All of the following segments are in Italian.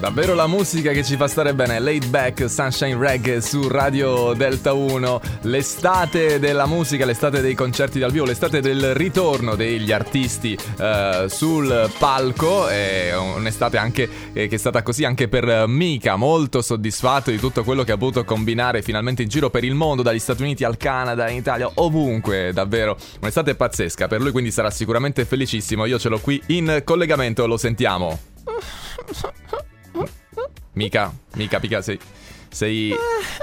Davvero la musica che ci fa stare bene. Laid Back, Sunshine Reggae su Radio Delta 1. L'estate della musica, l'estate dei concerti dal vivo, l'estate del ritorno degli artisti sul palco. È un'estate anche che è stata così anche per Mika, molto soddisfatto di tutto quello che ha potuto combinare finalmente in giro per il mondo, dagli Stati Uniti al Canada, in Italia, ovunque. Davvero un'estate pazzesca per lui, quindi sarà sicuramente felicissimo. Io ce l'ho qui in collegamento, lo sentiamo. Mica, sei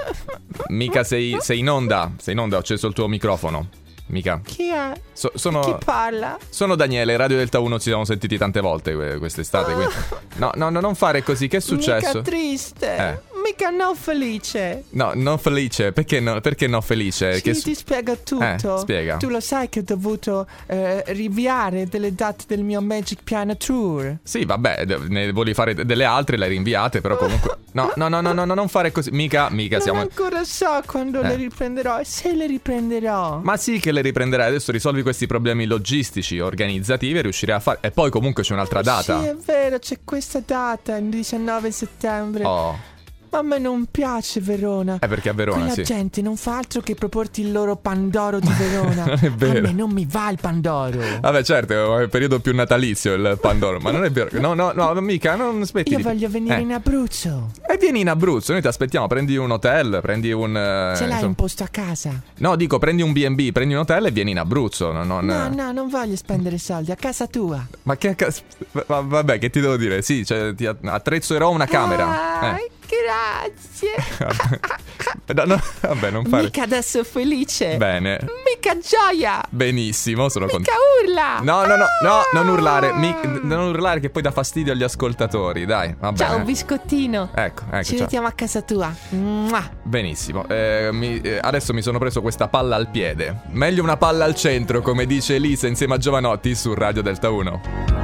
in onda. Sei in onda, ho acceso il tuo microfono. Mica. Chi è? Chi parla? Sono Daniele, Radio Delta 1, ci siamo sentiti tante volte quest'estate. No, non fare così, che è successo? Mica triste. Mica non felice. No, non felice. Perché no felice? Sì, ti spiego tutto. Spiega. Tu lo sai che ho dovuto rinviare delle date del mio Magic Piano Tour. Sì, vabbè, ne volevi fare delle altre, le hai rinviate, però comunque... No, non fare così. Mica siamo... Non ancora so quando le riprenderò e se le riprenderò. Ma sì che le riprenderai, adesso risolvi questi problemi logistici, organizzativi e riuscirai a fare... E poi comunque c'è un'altra data. Sì, è vero, c'è questa data, il 19 settembre. Oh. Ma a me non piace Verona. Perché a Verona, quella sì. gente non fa altro che proporti il loro Pandoro di Verona. Non è vero. A me non mi va il Pandoro. Vabbè, certo, è il periodo più natalizio il Pandoro. Ma non è vero. No, mica, non aspetti. Io voglio venire in Abruzzo. E vieni in Abruzzo, noi ti aspettiamo. Prendi un hotel, prendi un... Ce l'hai un posto a casa? No, dico, prendi un B&B, prendi un hotel e vieni in Abruzzo. No, non voglio spendere soldi, a casa tua. Ma che a casa... Vabbè, che ti devo dire? Sì, cioè, ti attrezzerò una camera. Grazie. No, vabbè, non fare. Mica adesso felice. Bene. Mica gioia. Benissimo, sono contento. Mica urla. No, non urlare. Non urlare che poi dà fastidio agli ascoltatori. Dai, va bene. Ciao biscottino. Ecco. Ci vediamo a casa tua. Mua. Benissimo. Adesso mi sono preso questa palla al piede. Meglio una palla al centro, come dice Elisa insieme a Giovanotti su Radio Delta 1.